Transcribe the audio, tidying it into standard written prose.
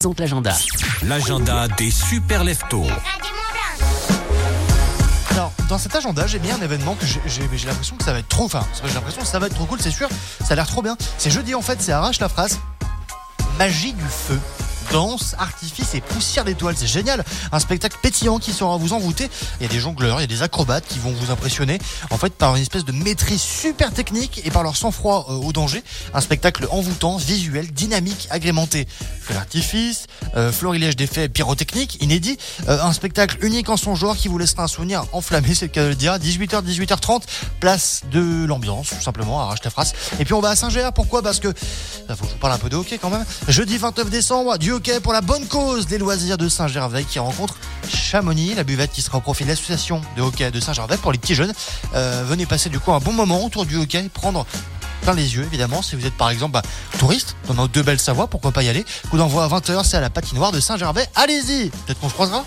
Donc l'agenda. L'agenda des super leftos. Alors, dans cet agenda, j'ai mis un événement que j'ai l'impression que ça va être trop. Enfin, j'ai l'impression que ça va être trop cool, c'est sûr. Ça a l'air trop bien. C'est jeudi en fait, c'est Arrache la phrase. Magie du feu. Danse, artifice et poussière d'étoiles, c'est génial. Un spectacle pétillant qui saura vous envoûter. Il y a des jongleurs, il y a des acrobates qui vont vous impressionner. En fait, par une espèce de maîtrise super technique et par leur sang-froid au danger. Un spectacle envoûtant, visuel, dynamique, agrémenté. Feu d'artifice, florilège d'effets pyrotechniques, inédits. Un spectacle unique en son genre qui vous laissera un souvenir enflammé, c'est le cas de le dire. 18h, 18h30, place de l'ambiance, tout simplement, Arrache la phrase. Et puis on va à Saint-Ger, pourquoi ? Parce que, faut que je vous parle un peu de hockey quand même. Jeudi 29 décembre, du hockey pour la bonne cause, les loisirs de Saint-Gervais qui rencontrent Chamonix, la buvette qui sera au profit de l'association de hockey de Saint-Gervais pour les petits jeunes. Venez passer du coup un bon moment autour du hockey, prendre plein les yeux évidemment. Si vous êtes par exemple touriste dans nos deux belles Savoie, pourquoi pas y aller. Coup d'envoi à 20h, c'est à la patinoire de Saint-Gervais. Allez-y, peut-être qu'on se croisera.